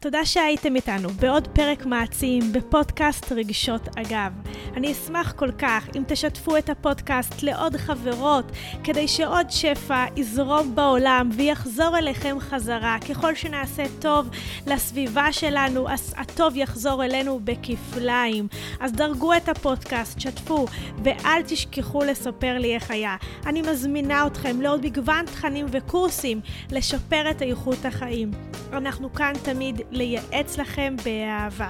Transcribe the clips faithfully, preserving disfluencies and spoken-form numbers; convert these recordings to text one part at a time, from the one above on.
תודה שהייתם איתנו בעוד פרק מעצים בפודקאסט רגשות אגב. אני אשמח כל כך אם תשתפו את הפודקאסט לעוד חברות, כדי שעוד שפע יזרום בעולם ויחזור אליכם חזרה. ככל שנעשה טוב לסביבה שלנו, אז הטוב יחזור אלינו בכפליים. אז דרגו את הפודקאסט, שתפו, ואל תשכחו לספר לי איך היה. אני מזמינה אתכם לעוד מגוון תכנים וקורסים לשפר את איכות החיים. אנחנו כאן תמיד לייעץ לכם באהבה.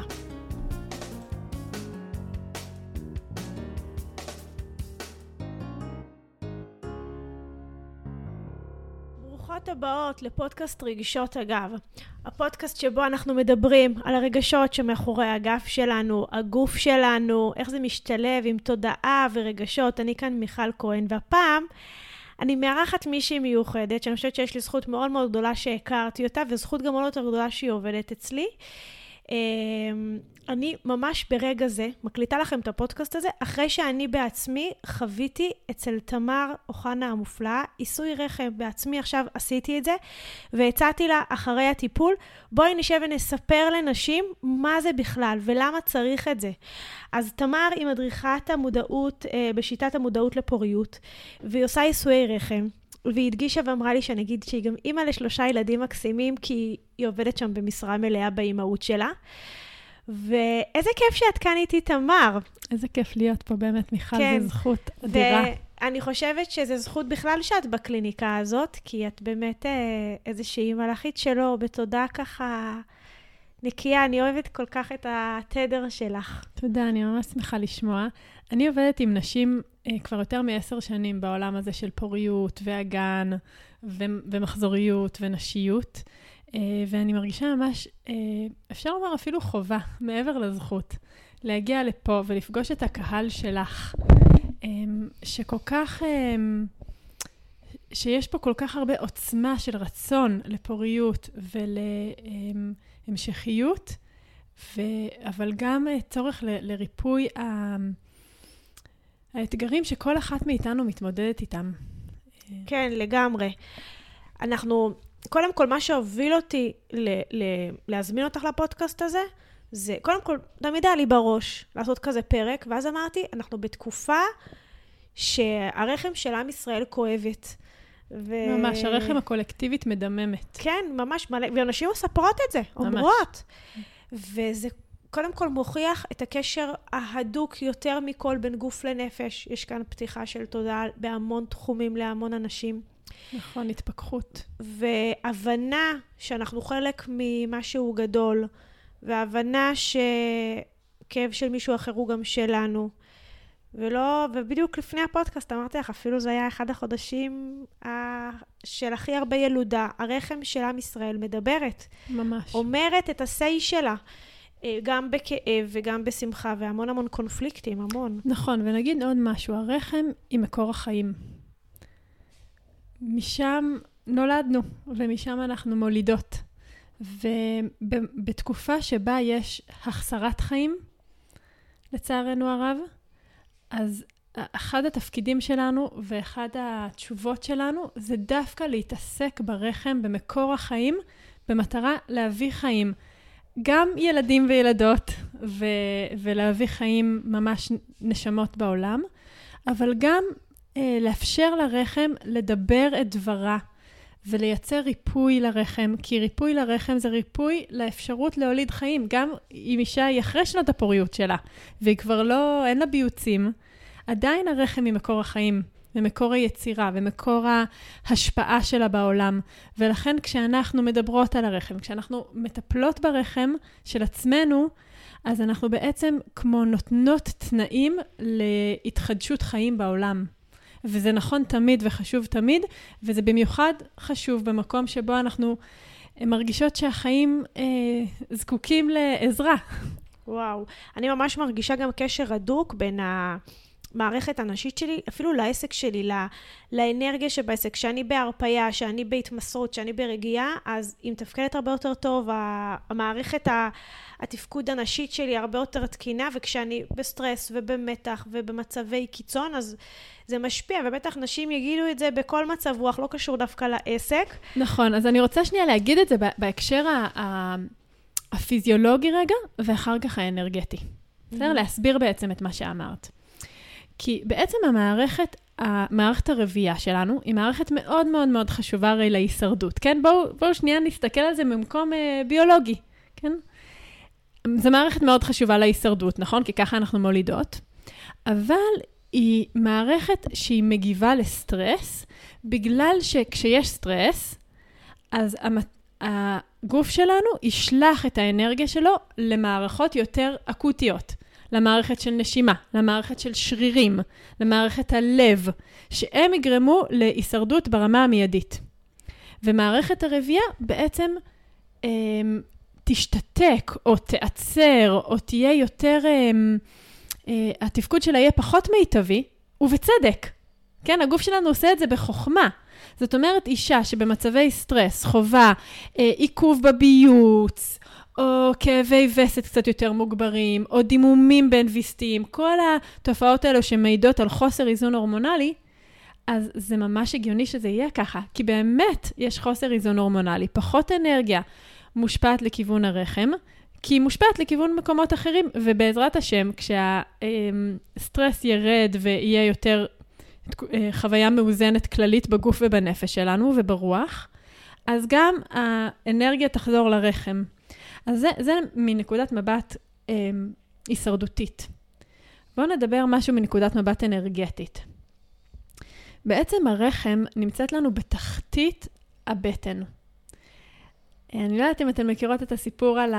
ברוכות הבאות לפודקאסט רגשות אגב. הפודקאסט שבו אנחנו מדברים על הרגשות שמאחורי הגף שלנו, הגוף שלנו, איך זה משתלב עם תודעה ורגשות. אני כאן מיכל כהן, והפעם אני מארחת מישהי מיוחדת, שאני חושבת שיש לי זכות מאוד מאוד גדולה שהכרתי אותה, וזכות גם מאוד יותר גדולה שהיא עובדת אצלי. אני ממש ברגע זה מקליטה לכם את הפודקאסט הזה, אחרי שאני בעצמי חוויתי אצל תמר אוחנה המופלאה, עיסוי רחם בעצמי, עכשיו עשיתי את זה, והצעתי לה אחרי הטיפול, בואי נשב ונספר לנשים מה זה בכלל ולמה צריך את זה. אז תמר היא מדריכת המודעות, בשיטת המודעות לפוריות, והיא עושה עיסוי רחם. והיא הדגישה ואמרה לי שאני אגיד שהיא גם אימא לשלושה ילדים מקסימים, כי היא עובדת שם במשרה מלאה באימהות שלה. ואיזה כיף שאת כאן איתי, תמר. איזה כיף להיות פה באמת, מיכל, כן. זו זכות אדירה. ואני חושבת שזו זכות בכלל שאת בקליניקה הזאת, כי את באמת איזושהי מלאכית שלו, בתודה ככה נקייה. אני אוהבת כל כך את התדר שלך. תודה, אני ממש שמחה לשמוע. אני עובדת עם נשים אה, כבר יותר מעשר שנים בעולם הזה של פוריות ואגן ו- ומחזוריות ונשיות, אה, ואני מרגישה ממש, אה, אפשר לומר אפילו חובה, מעבר לזכות, להגיע לפה ולפגוש את הקהל שלך, אה, שכל כך, אה, שיש פה כל כך הרבה עוצמה של רצון לפוריות ולהמשכיות, ו- אבל גם צורך ל- לריפוי ה... האתגרים שכל אחת מאיתנו מתמודדת איתם. כן, לגמרי. אנחנו, קודם כל, מה שהוביל אותי ל- ל- להזמין אותך לפודקאסט הזה, זה, קודם כל, תמיד היה לי בראש לעשות כזה פרק, ואז אמרתי, אנחנו בתקופה שהרחם של עם ישראל כואבת. ו... ממש, הרחם הקולקטיבית מדממת. כן, ממש מלא, ואנשים מספרות את זה, אומרות. וזה קודם כל מוכיח את הקשר ההדוק יותר מכל בין גוף לנפש. יש כאן פתיחה של תודעה בהמון תחומים להמון אנשים. נכון, התפכחות. והבנה שאנחנו חלק ממשהו גדול, והבנה שכאב של מישהו אחר הוא גם שלנו. ולא, ובדיוק לפני הפודקאסט אמרתי לך, אפילו זה היה אחד החודשים של הכי הרבה ילודה. הרחם של עם ישראל מדברת. ממש. אומרת את הסי שלה. גם בכאב וגם בשמחה, והמון המון קונפליקטים, המון. נכון, ונגיד עוד משהו, הרחם היא מקור החיים. משם נולדנו, ומשם אנחנו מולידות. ובתקופה שבה יש החסרת חיים, לצערנו הרב, אז אחד התפקידים שלנו ואחד התשובות שלנו, זה דווקא להתעסק ברחם, במקור החיים, במטרה להביא חיים. גם ילדים וילדות, ו- ולהביא חיים ממש נשמות בעולם, אבל גם אה, לאפשר לרחם לדבר את דברה, ולייצר ריפוי לרחם, כי ריפוי לרחם זה ריפוי לאפשרות להוליד חיים, גם אם אישה היא אחרי שנות הפוריות שלה, והיא כבר לא, אין לה ביוצים, עדיין הרחם היא מקור החיים, ומקור היצירה, ומקור ההשפעה שלה בעולם. ולכן כשאנחנו מדברות על הרחם, כשאנחנו מטפלות ברחם של עצמנו, אז אנחנו בעצם כמו נותנות תנאים להתחדשות חיים בעולם. וזה נכון תמיד וחשוב תמיד, וזה במיוחד חשוב במקום שבו אנחנו מרגישות שהחיים אה, זקוקים לעזרה. וואו, אני ממש מרגישה גם קשר הדוק בין ה... מערכת הנשית שלי, אפילו לעסק שלי, לא, לאנרגיה שבעסק, שאני בהרפאיה, שאני בהתמסרות, שאני ברגיעה, אז היא מתפקדת הרבה יותר טוב, המערכת התפקוד הנשית שלי הרבה יותר תקינה, וכשאני בסטרס ובמתח ובמצבי קיצון, אז זה משפיע, ובטח נשים יגידו את זה בכל מצב רוח, לא קשור דווקא לעסק. נכון, אז אני רוצה שנייה להגיד את זה בהקשר ה... הפיזיולוגי רגע, ואחר כך האנרגטי. בסדר? להסביר בעצם את מה שאמרת. כי בעצם המערכת, המערכת הרבייה שלנו, היא מערכת מאוד מאוד מאוד חשובה הרי להישרדות, כן? בואו, בואו שנייה נסתכל על זה ממקום אה, ביולוגי, כן? זו מערכת מאוד חשובה להישרדות, נכון? כי ככה אנחנו מולידות. אבל היא מערכת שהיא מגיבה לסטרס, בגלל שכשיש סטרס, אז הגוף שלנו ישלח את האנרגיה שלו למערכות יותר אקוטיות. למערכת של נשימה, למערכת של שרירים, למערכת הלב, שהם יגרמו להישרדות ברמה המיידית. ומערכת הרבייה בעצם אה, תשתתק או תעצר או תהיה יותר, אה, אה, התפקוד שלה יהיה פחות מיטבי, ובצדק. כן, הגוף שלנו עושה את זה בחוכמה. זאת אומרת, אישה שבמצבי סטרס חובה אה, עיכוב בביוץ, או כאבי וסת קצת יותר מוגברים, או דימומים בין ויסטיים, כל התופעות האלו שמעידות על חוסר איזון הורמונלי, אז זה ממש הגיוני שזה יהיה ככה, כי באמת יש חוסר איזון הורמונלי, פחות אנרגיה מושפעת לכיוון הרחם, כי היא מושפעת לכיוון מקומות אחרים, ובעזרת השם, כשהסטרס ירד ויהיה יותר חוויה מאוזנת כללית בגוף ובנפש שלנו וברוח, אז גם האנרגיה תחזור לרחם. אז זה, זה מנקודת מבט אה, הישרדותית. בואו נדבר משהו מנקודת מבט אנרגטית. בעצם הרחם נמצאת לנו בתחתית הבטן. אני לא יודעת אם אתן מכירות את הסיפור על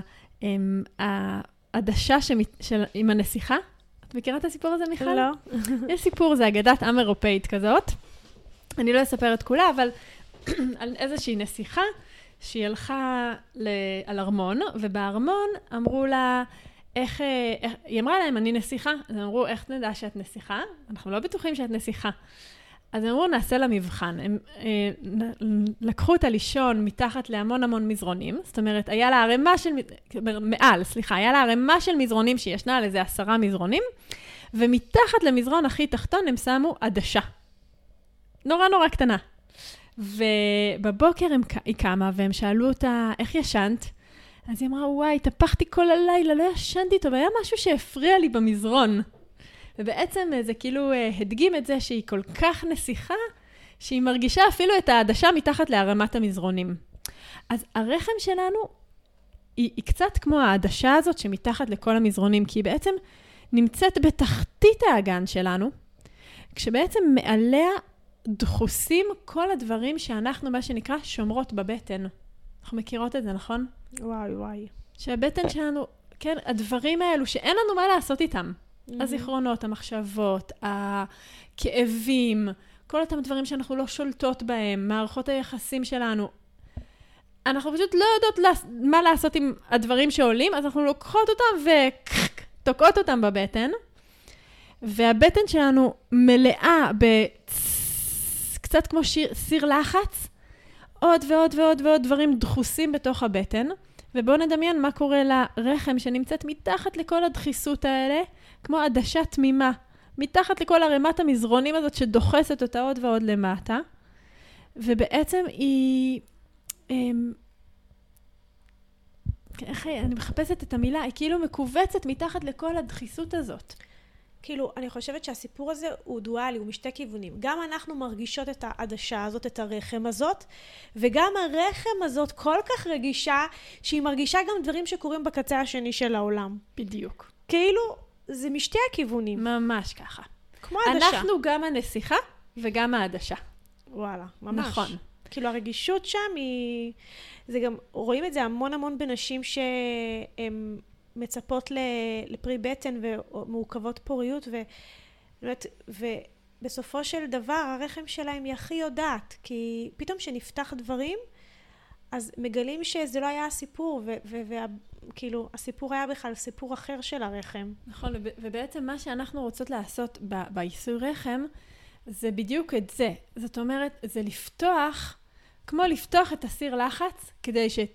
העדשה של, עם הנסיכה. את מכירה את הסיפור הזה, מיכל? לא. יש סיפור, זה אגדת עם אירופאית כזאת. אני לא אספר את כולה, אבל על איזושהי נסיכה, שהיא הלכה על ארמון, ובארמון אמרו לה, איך, איך, היא אמרה להם, אני נסיכה. אז הם אמרו, איך נדע שאת נסיכה? אנחנו לא בטוחים שאת נסיכה. אז הם אמרו, נעשה לה מבחן. הם אה, לקחו אותה לישון מתחת להמון המון מזרונים, זאת אומרת, היה לה הרמה של, מעל, סליחה, היה לה הרמה של מזרונים שישנה על איזה עשרה מזרונים, ומתחת למזרון הכי תחתון הם שמו עדשה. נורא נורא קטנה. ובבוקר הם, היא קמה, והם שאלו אותה, איך ישנת? אז היא אמרה, וואי, התהפכתי כל הלילה, לא ישנתי טוב, היה משהו שהפריע לי במזרון. ובעצם זה כאילו הדגים את זה שהיא כל כך נסיכה, שהיא מרגישה אפילו את העדשה מתחת להרמת המזרונים. אז הרחם שלנו היא, היא קצת כמו העדשה הזאת שמתחת לכל המזרונים, כי היא בעצם נמצאת בתחתית האגן שלנו, כשבעצם מעליה דחוסים כל הדברים שאנחנו, מה שנקרא, שומרות בבטן. אנחנו מכירות את זה, נכון? וואי, וואי. שהבטן שלנו, כן, הדברים האלו שאין לנו מה לעשות איתם. Mm-hmm. הזיכרונות, המחשבות, הכאבים, כל אותם דברים שאנחנו לא שולטות בהם, מערכות היחסים שלנו. אנחנו פשוט לא יודעות מה לעשות עם הדברים שעולים, אז אנחנו לוקחות אותם ותוקעות אותם בבטן. והבטן שלנו מלאה בקצת כמו שיר, סיר לחץ, עוד ועוד ועוד ועוד דברים דחוסים בתוך הבטן. ובואו נדמיין מה קורה לרחם שנמצאת מתחת לכל הדחיסות האלה, כמו עדשה תמימה, מתחת לכל הרמת המזרונים הזאת שדוחסת אותה עוד ועוד למטה. ובעצם היא, איך, אני מחפשת את המילה, היא כאילו מקובצת מתחת לכל הדחיסות הזאת. כאילו, אני חושבת שהסיפור הזה הוא דואלי, הוא משתי כיוונים. גם אנחנו מרגישות את העדשה הזאת, את הרחם הזאת, וגם הרחם הזאת כל כך רגישה, שהיא מרגישה גם דברים שקורים בקצה השני של העולם. בדיוק. כאילו, זה משתי הכיוונים. ממש ככה. כמו העדשה. אנחנו גם הנסיכה וגם העדשה. וואלה, ממש. נכון. כאילו, הרגישות שם היא... זה גם, רואים את זה המון המון בנשים שהם... מצפות לפרי בטן ומעוכבות פוריות, ובסופו של דבר הרחם שלהם היא הכי יודעת, כי פתאום שנפתח דברים, אז מגלים שזה לא היה הסיפור, וכאילו הסיפור היה בכלל סיפור אחר של הרחם. נכון, ובעצם מה שאנחנו רוצות לעשות בעיסוי רחם, זה בדיוק את זה. זאת אומרת, זה לפתוח, כמו לפתוח את הסיר לחץ, כדי ש...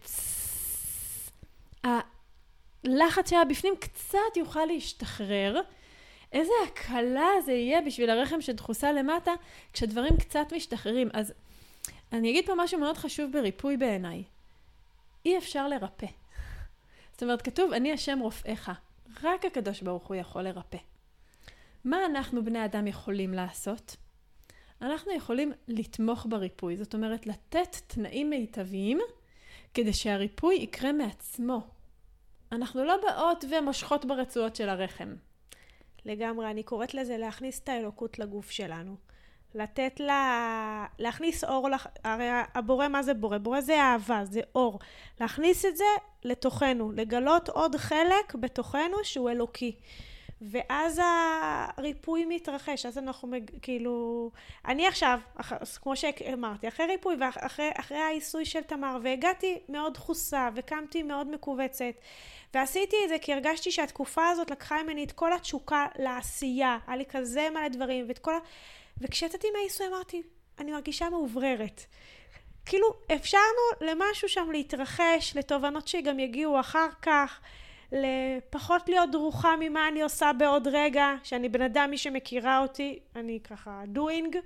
לחץ שהיה בפנים קצת יוכל להשתחרר. איזה הקלה זה יהיה בשביל הרחם שדחוסה למטה, כשדברים קצת משתחררים. אז אני אגיד פה משהו מאוד חשוב בריפוי בעיניי. אי אפשר לרפא. זאת אומרת, כתוב, אני השם רופאיך. רק הקדוש ברוך הוא יכול לרפא. מה אנחנו בני אדם יכולים לעשות? אנחנו יכולים לתמוך בריפוי. זאת אומרת, לתת תנאים מיטביים כדי שהריפוי יקרה מעצמו. אנחנו לא באות ומושכות ברצועות של הרחם. לגמרי, אני קוראת לזה להכניס את האלוקות לגוף שלנו. לתת לה, להכניס אור, הרי הבורא מה זה בורא? בורא זה אהבה, זה אור. להכניס את זה לתוכנו, לגלות עוד חלק בתוכנו שהוא אלוקי. ואז הריפוי מתרחש, אז אנחנו כאילו, אני עכשיו, כמו שאמרתי, אחרי ריפוי ואחרי אחרי העיסוי של תמר, והגעתי מאוד דחוסה וקמתי מאוד מקובצת, ועשיתי את זה כי הרגשתי שהתקופה הזאת לקחה ממני את כל התשוקה לעשייה, היה לי כזה מלא דברים, ואת כל ה... וכשהצאתי מהעיסוי אמרתי, אני מרגישה מאובררת. כאילו אפשרנו למשהו שם להתרחש, לתובנות שגם יגיעו אחר כך, לפחות להיות דרוכה ממה אני עושה בעוד רגע, שאני בן אדם, מי שמכירה אותי, אני ככה doing,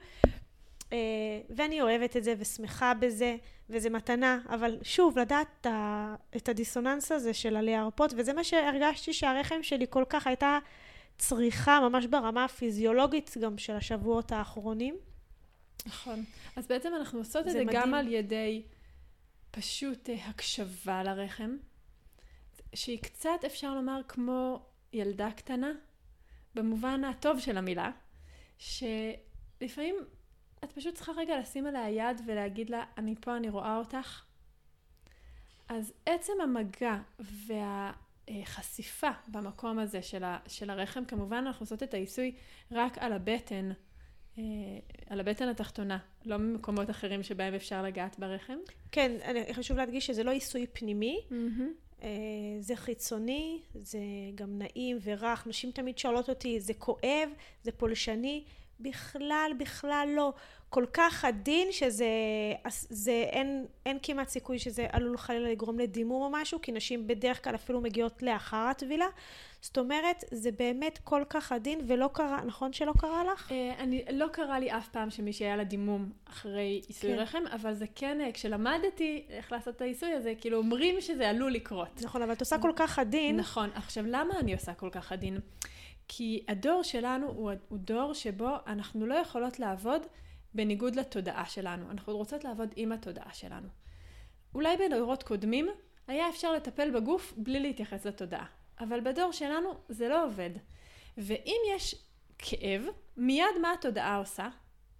ואני אוהבת את זה ושמחה בזה, וזה מתנה, אבל שוב, לדעת את הדיסוננס הזה של הלהרפות, וזה מה שהרגשתי שהרחם שלי כל כך הייתה צריכה, ממש ברמה הפיזיולוגית גם של השבועות האחרונים. נכון. אז בעצם אנחנו עושות את זה מדהים. גם על ידי פשוט הקשבה לרחם, שהיא קצת אפשר לומר כמו ילדה קטנה, במובן הטוב של המילה, שלפעמים את פשוט צריכה רגע לשים עליה יד ולהגיד לה, אני פה, אני רואה אותך. אז עצם המגע והחשיפה במקום הזה של, ה, של הרחם, כמובן אנחנו עושות את העיסוי רק על הבטן, על הבטן התחתונה, לא ממקומות אחרים שבהם אפשר לגעת ברחם. כן, אני חשוב להדגיש שזה לא עיסוי פנימי, mm-hmm. זה חיצוני, זה גם נעים ורך. נשים תמיד שואלות אותי, זה כואב, זה פולשני? בכלל, בכלל לא. כל כך עדין שזה, זה, אין, אין כמעט סיכוי שזה עלול חלילה לגרום לדימום או משהו, כי נשים בדרך כלל אפילו מגיעות לאחר הטבילה. זאת אומרת, זה באמת כל כך עדין, ולא קרה, נכון שלא קרה לך? אני, לא קרה לי אף פעם שמישהי היה לה דימום אחרי עיסוי כן. רחם, אבל זה כן, כשלמדתי איך לעשות את העיסוי הזה, כאילו אומרים שזה עלול לקרות. נכון, אבל את עושה כל כך עדין. נכון, עכשיו למה אני עושה כל כך עדין? כי הדור שלנו הוא, הוא דור שבו אנחנו לא יכולות לעבוד בניגוד לתודעה שלנו. אנחנו רוצות לעבוד עם התודעה שלנו. אולי בדורות קודמים היה אפשר לטפל בגוף בלי להתייחס לתודעה. אבל בדור שלנו זה לא עובד. ואם יש כאב, מיד מה התודעה עושה?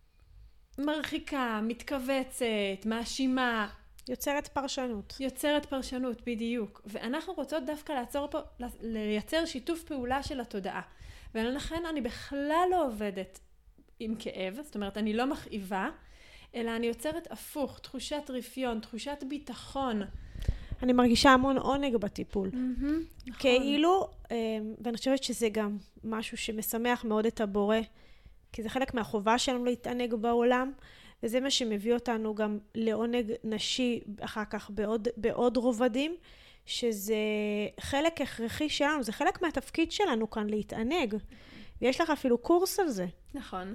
מרחיקה, מתכווצת, מאשימה. יוצרת פרשנות. יוצרת פרשנות, בדיוק. ואנחנו רוצות דווקא לעצור פה, לייצר שיתוף פעולה של התודעה. ולכן אני בכלל לא עובדת עם כאב, זאת אומרת, אני לא מכאיבה, אלא אני יוצרת הפוך, תחושת רפיון, תחושת ביטחון. אני מרגישה המון עונג בטיפול. Mm-hmm, נכון. כאילו, ואני חושבת שזה גם משהו שמשמח מאוד את הבורא, כי זה חלק מהחובה שלנו להתענג בעולם, וזה מה שמביא אותנו גם לעונג נשי אחר כך בעוד, בעוד רובדים, שזה חלק הכרחי שלנו, זה חלק מהתפקיד שלנו כאן להתענג. ויש לך אפילו קורס על זה. נכון.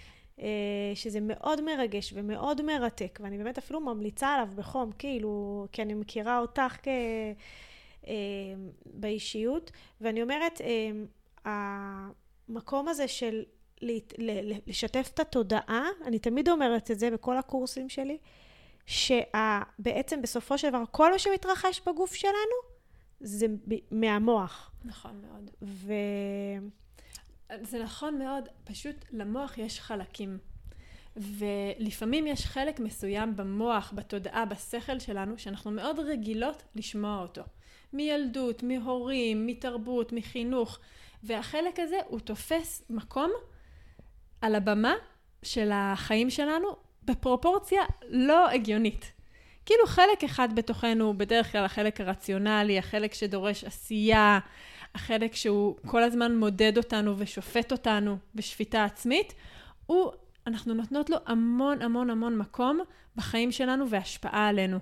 שזה מאוד מרגש ומאוד מרתק, ואני באמת אפילו ממליצה עליו בחום, כאילו, כי אני מכירה אותך כ... באישיות, ואני אומרת, המקום הזה של לשתף את התודעה, אני תמיד אומרת את זה בכל הקורסים שלי, שבעצם בסופו של דבר, כל מה שמתרחש בגוף שלנו, זה מהמוח. נכון מאוד. ו... זה נכון מאוד, פשוט למוח יש חלקים. ולפעמים יש חלק מסוים במוח, בתודעה, בשכל שלנו, שאנחנו מאוד רגילות לשמוע אותו. מילדות, מהורים, מתרבות, מחינוך. והחלק הזה הוא תופס מקום על הבמה של החיים שלנו בפרופורציה לא הגיונית. כאילו חלק אחד בתוכנו, בדרך כלל החלק הרציונלי, החלק שדורש עשייה, החלק שהוא כל הזמן מודד אותנו ושופט אותנו בשפיטה עצמית, הוא, אנחנו נותנות לו המון המון המון מקום בחיים שלנו והשפעה עלינו.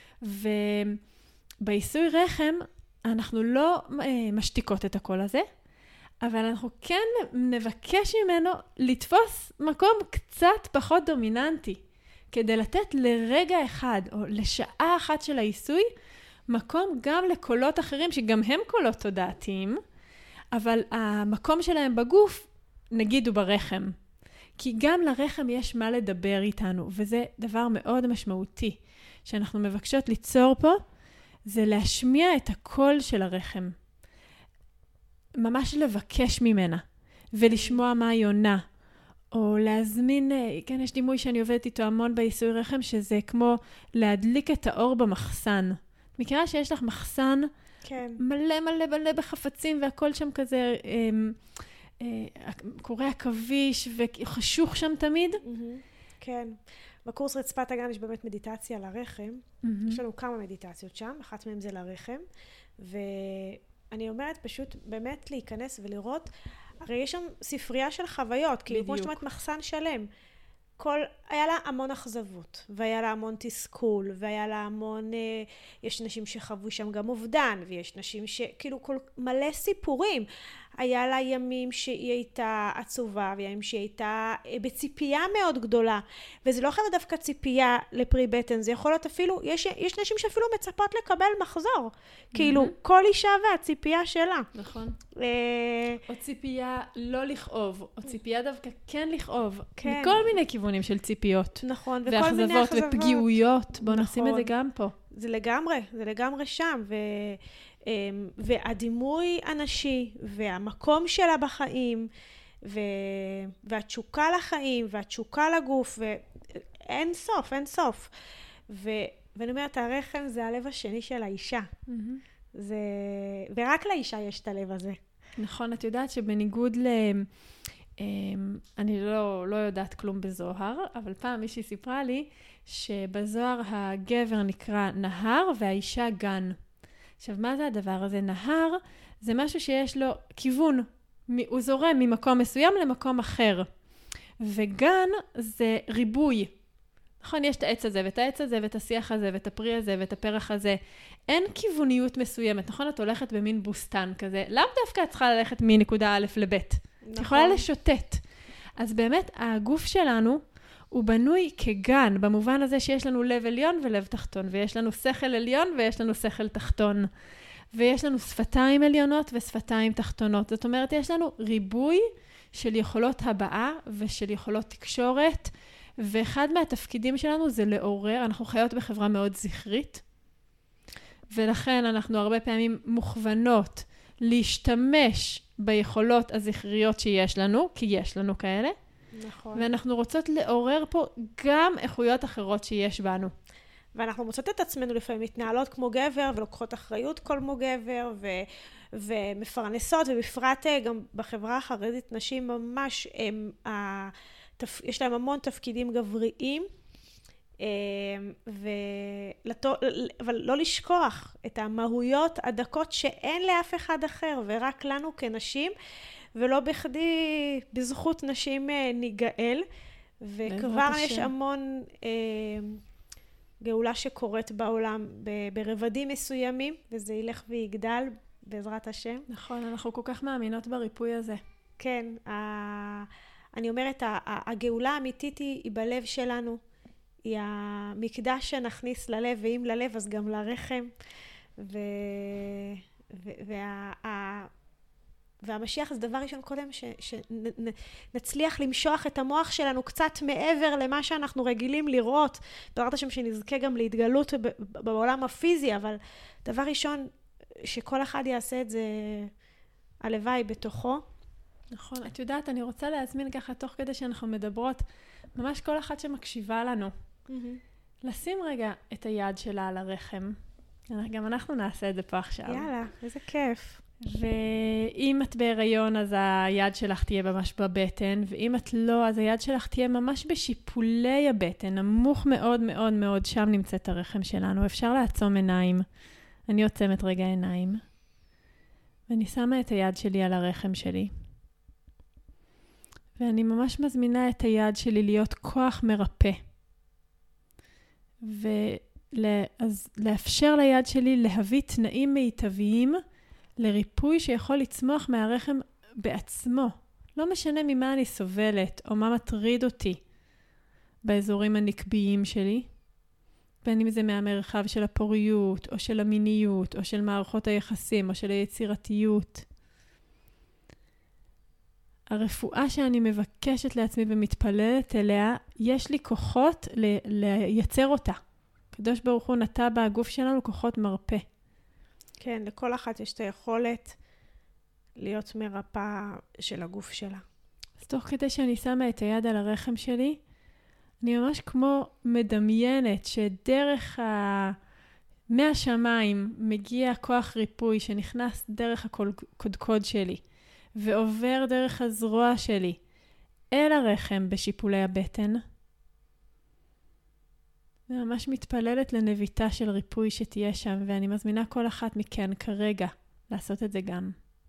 ובעיסוי רחם אנחנו לא משתיקות את הקול הזה, אבל אנחנו כן נבקש ממנו לתפוס מקום קצת פחות דומיננטי, כדי לתת לרגע אחד או לשעה אחת של העיסוי מקום גם לקולות אחרים, שגם הם קולות תודעתיים, אבל המקום שלהם בגוף, נגיד, הוא ברחם. כי גם לרחם יש מה לדבר איתנו, וזה דבר מאוד משמעותי, שאנחנו מבקשות ליצור פה, זה להשמיע את הקול של הרחם. ממש לבקש ממנה, ולשמוע מה היא עונה. או להזמין, כן, יש דימוי שאני עובדת איתו המון בעיסוי רחם, שזה כמו להדליק את האור במחסן. מכירה שיש לך מחסן כן. מלא מלא מלא בחפצים, והכל שם כזה אה, אה, קורא עכביש, וחשוך שם תמיד? Mm-hmm. כן. בקורס רצפת הגן יש באמת מדיטציה לרחם. Mm-hmm. יש לנו כמה מדיטציות שם, אחת מהן זה לרחם. ואני אומרת פשוט באמת להיכנס ולראות, הרי יש שם ספרייה של חוויות, כאילו כמו שאת אומרת מחסן שלם. כל, היה לה המון אכזבות, והיה לה המון תסכול, והיה לה המון, אה, יש נשים שחוו שם גם אובדן, ויש נשים שכאילו כל, מלא סיפורים. היה לה ימים שהיא הייתה עצובה, וימים שהיא הייתה אה, בציפייה מאוד גדולה, וזה לא חייב דווקא ציפייה לפרי בטן, זה יכול להיות אפילו, יש, יש נשים שאפילו מצפות לקבל מחזור, mm-hmm. כאילו כל אישה והציפייה שלה. נכון. אה... או ציפייה לא לכאוב, או ציפייה דווקא כן לכאוב, כן. מכל מיני כיוונים של ציפיות. נכון, וכל מיני אכזבות. ופגיעויות, בואו נכון. נשים את זה גם פה. זה לגמרי, זה לגמרי שם, ו... והדימוי הנשי, והמקום שלה בחיים, ו... והתשוקה לחיים, והתשוקה לגוף, ואין סוף, אין סוף. ו... ואני אומרת, הרחם זה הלב השני של האישה. Mm-hmm. זה... ורק לאישה יש את הלב הזה. נכון, את יודעת שבניגוד ל... אני לא, לא יודעת כלום בזוהר, אבל פעם מישהי סיפרה לי שבזוהר הגבר נקרא נהר והאישה גן. עכשיו, מה זה הדבר הזה? נהר זה משהו שיש לו כיוון, הוא זורם ממקום מסוים למקום אחר. וגן זה ריבוי. נכון, יש את העץ הזה, ואת העץ הזה, ואת השיח הזה, ואת הפרי הזה, ואת הפרח הזה. אין כיווניות מסוימת. נכון, את הולכת במין בוסטן כזה. למה דווקא את צריכה ללכת מנקודה א' לב'? נכון. את יכולה לשוטט. אז באמת, הגוף שלנו הוא בנוי כגן, במובן הזה שיש לנו לב עליון ולב תחתון, ויש לנו שכל עליון ויש לנו שכל תחתון, ויש לנו שפתיים עליונות ושפתיים תחתונות. זאת אומרת, יש לנו ריבוי של יכולות הבעה ושל יכולות תקשורת, ואחד מהתפקידים שלנו זה לעורר, אנחנו חיות בחברה מאוד זכרית, ולכן אנחנו הרבה פעמים מוכוונות להשתמש ביכולות הזכריות שיש לנו, כי יש לנו כאלה, נכון. ואנחנו רוצות לעורר פה גם איכויות אחרות שיש בנו. ואנחנו מוצאות את עצמנו לפעמים מתנהלות כמו גבר, ולוקחות אחריות כל כמו גבר, ו... ומפרנסות, ובפרט גם בחברה החרדית, נשים ממש, הם, התפ... יש להם המון תפקידים גבריים, ולתו... אבל לא לשכוח את המהויות הדקות שאין לאף אחד אחר, ורק לנו כנשים, ולא בכדי בזכות נשים ניגאל, וכבר יש המון אה, גאולה שקורית בעולם ברבדים מסוימים, וזה ילך ויגדל בעזרת השם. נכון, אנחנו כל כך מאמינות בריפוי הזה. כן, ה... אני אומרת, הגאולה האמיתית היא, היא בלב שלנו, היא המקדש שנכניס ללב, ואם ללב אז גם לרחם, ו... ו... וה... ה... והמשיח זה דבר ראשון קודם ש... שנצליח למשוח את המוח שלנו קצת מעבר למה שאנחנו רגילים לראות, בעזרת השם שנזכה גם להתגלות בעולם הפיזי, אבל דבר ראשון שכל אחד יעשה את זה הלוואי בתוכו. נכון, את יודעת, אני רוצה להזמין ככה תוך כדי שאנחנו מדברות, ממש כל אחת שמקשיבה לנו, mm-hmm. לשים רגע את היד שלה על הרחם. גם אנחנו נעשה את זה פה עכשיו. יאללה, איזה כיף. ואם את בהיריון, אז היד שלך תהיה ממש בבטן, ואם את לא, אז היד שלך תהיה ממש בשיפולי הבטן, נמוך מאוד מאוד מאוד, שם נמצאת הרחם שלנו. אפשר לעצום עיניים. אני עוצמת רגע עיניים, ואני שמה את היד שלי על הרחם שלי. ואני ממש מזמינה את היד שלי להיות כוח מרפא. ואז לאפשר ליד שלי להביא תנאים מיטביים לריפוי שיכול לצמוח מהרחם בעצמו. לא משנה ממה אני סובלת או מה מטריד אותי באזורים הנקביים שלי. בין אם זה מהמרחב של הפוריות, או של המיניות, או של מערכות היחסים, או של היצירתיות. הרפואה שאני מבקשת לעצמי ומתפללת אליה, יש לי כוחות ל- לייצר אותה. קדוש ברוך הוא נטע בגוף שלנו כוחות מרפא. כן, לכל אחת יש את היכולת להיות מרפא של הגוף שלה. אז תוך כדי שאני שמה את היד על הרחם שלי, אני ממש כמו מדמיינת שדרך ה... מהשמיים מגיע כוח ריפוי שנכנס דרך הקודקוד שלי, ועובר דרך הזרוע שלי אל הרחם בשיפולי הבטן. וממש מתפללת לנביטה של ריפוי שתהיה שם, ואני מזמינה כל אחת מכן כרגע לעשות את זה גם.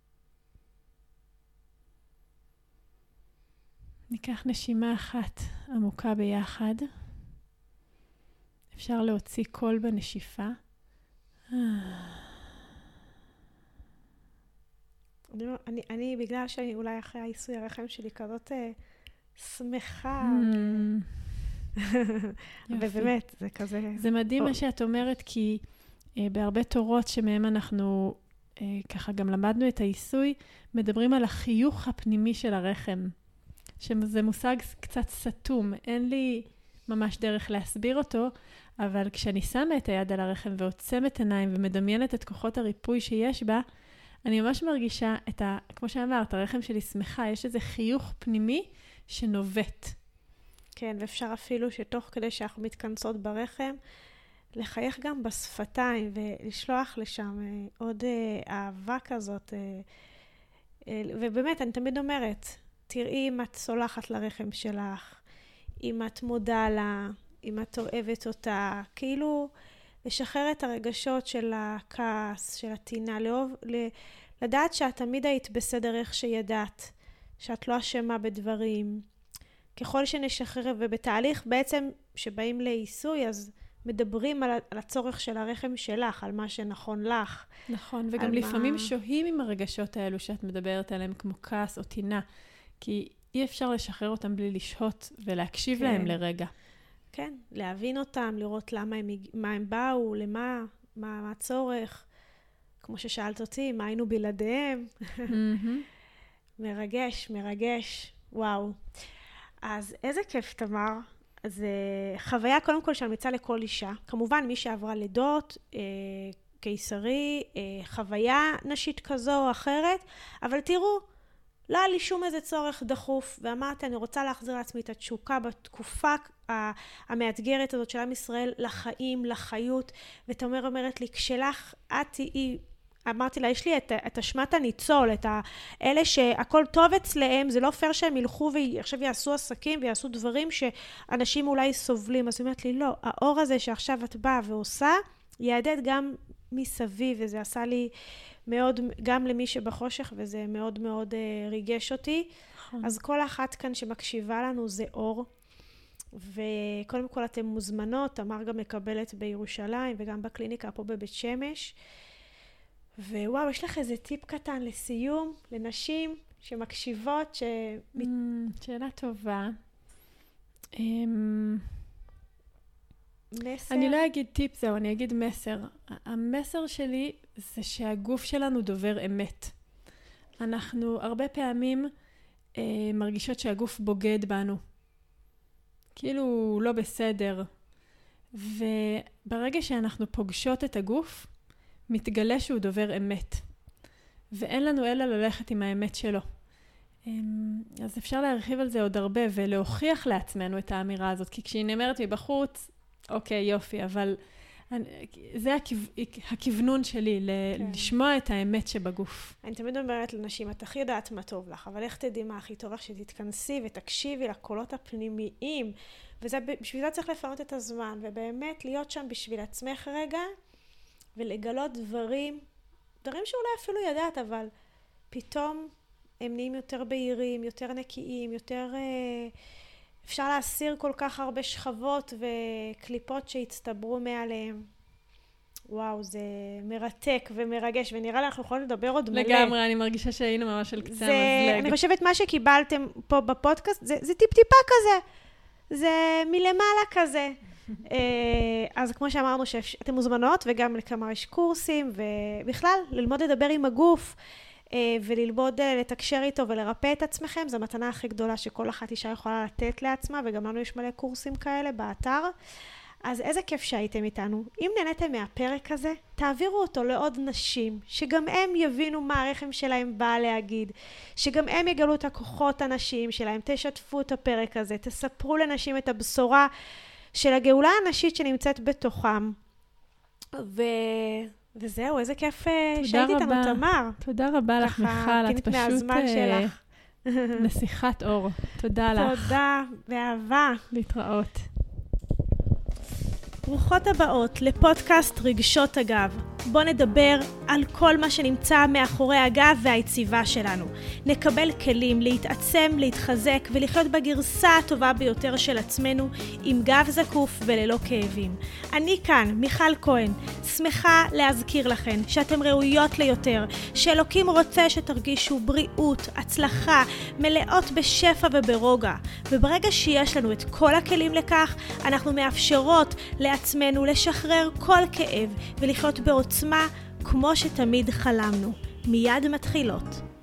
ניקח נשימה אחת עמוקה ביחד. אפשר להוציא קול בנשיפה. אני, אני, אני בגלל שאני אולי אחרי העיסוי הרחם שלי כזאת אה, שמחה. ובאמת, זה כזה... זה מדהים מה שאת אומרת, כי אה, בהרבה תורות שמהם אנחנו אה, ככה גם למדנו את העיסוי, מדברים על החיוך הפנימי של הרחם. שזה מושג קצת סתום, אין לי ממש דרך להסביר אותו, אבל כשאני שמה את היד על הרחם ועוצמת עיניים ומדמיינת את כוחות הריפוי שיש בה, אני ממש מרגישה את ה... כמו שאמרת, הרחם שלי שמחה, יש איזה חיוך פנימי שנובט. כן, ואפשר אפילו שתוך כדי שאנחנו מתכנסות ברחם, לחייך גם בשפתיים ולשלוח לשם עוד אהבה כזאת. ובאמת, אני תמיד אומרת, תראי אם את סולחת לרחם שלך, אם את מודה לה, אם את אוהבת אותה, כאילו לשחרר את הרגשות של הכעס, של התינה, לאהוב, לדעת שאת תמיד היית בסדר איך שידעת, שאת לא אשמה בדברים. ככל שנשחרר, ובתהליך בעצם שבאים לעיסוי, אז מדברים על, על הצורך של הרחם שלך, על מה שנכון לך. נכון, וגם לפעמים מה... שוהים עם הרגשות האלו שאת מדברת עליהם, כמו כעס או תינה, כי אי אפשר לשחרר אותם בלי לשהות ולהקשיב כן. להם לרגע. כן, להבין אותם, לראות למה הם, מה הם באו, למה, מה, מה הצורך. כמו ששאלת אותי, מה היינו בלעדיהם? Mm-hmm. מרגש, מרגש, וואו. אז איזה כיף, תמר. אז uh, חוויה קודם כל שאני מצאה לכל אישה. כמובן, מי שעברה לידות, uh, קיסרי, uh, חוויה נשית כזו או אחרת, אבל תראו, לא היה לי שום איזה צורך דחוף, ואמרתי, אני רוצה להחזיר לעצמי את התשוקה בתקופה המאתגרת הזאת של עם ישראל, לחיים, לחיות, ותאמר אומרת לי, כשלך, את תהיי, אמרתי לה, יש לי את, את אשמת הניצול, את האלה שהכל טוב אצלהם, זה לא פייר שהם ילכו ועכשיו יעשו עסקים ויעשו דברים שאנשים אולי סובלים. אז היא אומרת לי, לא, האור הזה שעכשיו את באה ועושה, יעדד גם מסביב, וזה עשה לי מאוד, גם למי שבחושך, וזה מאוד מאוד uh, ריגש אותי. אז כל אחת כאן שמקשיבה לנו זה אור, וקודם כל אתם מוזמנות, תמר גם מקבלת בירושלים, וגם בקליניקה פה בבית שמש. ווואו, יש לך איזה טיפ קטן לסיום, לנשים שמקשיבות, ש... Mm, שאלה טובה. Um, מסר? אני לא אגיד טיפ זהו, אני אגיד מסר. המסר שלי זה שהגוף שלנו דובר אמת. אנחנו הרבה פעמים uh, מרגישות שהגוף בוגד בנו. כאילו הוא לא בסדר. וברגע שאנחנו פוגשות את הגוף, מתגלה שהוא דובר אמת. ואין לנו אלא ללכת עם האמת שלו. אז אפשר להרחיב על זה עוד הרבה, ולהוכיח לעצמנו את האמירה הזאת, כי כשהיא נאמרת מבחוץ, אוקיי, יופי, אבל זה הכיוונון שלי, לשמוע את האמת שבגוף. אני תמיד אומרת לנשים, את הכי יודעת מה טוב לך, אבל איך תדעי מה הכי טוב לך, שתתכנסי ותקשיבי לקולות הפנימיים, ובשביל זה צריך לפנות את הזמן, ובאמת להיות שם בשביל עצמך רגע, ולגלות דברים, דברים שאולי אפילו ידעת, אבל פתאום הם נהיים יותר בהירים, יותר נקיים, יותר... אפשר להסיר כל כך הרבה שכבות וקליפות שהצטברו מעליהם. וואו, זה מרתק ומרגש, ונראה לי אנחנו יכולים לדבר עוד מלא. לגמרי, אני מרגישה שהיינו ממש על קצה המזלג. אני חושבת מה שקיבלתם פה בפודקאסט, זה, זה טיפ-טיפה כזה. זה מלמעלה כזה. אז כמו שאמרנו, שאתם מוזמנות, וגם לכמה יש קורסים, ובכלל, ללמוד לדבר עם הגוף, וללמוד לתקשר איתו ולרפא את עצמכם, זו המתנה הכי גדולה שכל אחת אישה יכולה לתת לעצמה, וגם לנו יש מלא קורסים כאלה באתר. אז איזה כיף שהייתם איתנו. אם נהניתם מהפרק הזה, תעבירו אותו לעוד נשים, שגם הם יבינו מה הרחם שלהם בא להגיד, שגם הם יגלו את הכוחות הנשיים שלהם, תשתפו את הפרק הזה, תספרו לנשים את הבשורה של הגאולה הנשית שנמצאת בתוכם. ו... וזהו, איזה כיף שהיית איתנו, תמר. תודה רבה לך, מיכל, את פשוט נסיכת אור. תודה לך. תודה, באהבה. להתראות. ברוכות הבאות לפודקאסט רגשות הגב. בוא נדבר על כל מה שנמצא מאחורי הגב והיציבה שלנו. נקבל כלים להתעצם, להתחזק ולחיות בגרסה הטובה ביותר של עצמנו, עם גב זקוף וללא כאבים. אני כאן, מיכל כהן, שמחה להזכיר לכן שאתם ראויות ליותר, שאלוקים רוצה שתרגישו בריאות, הצלחה, מלאות בשפע וברוגע. וברגע שיש לנו את כל הכלים לכך, אנחנו מאפשרות לעצמנו לשחרר כל כאב ולחיות בעוצמה כמו שתמיד חלמנו. מיד מתחילות.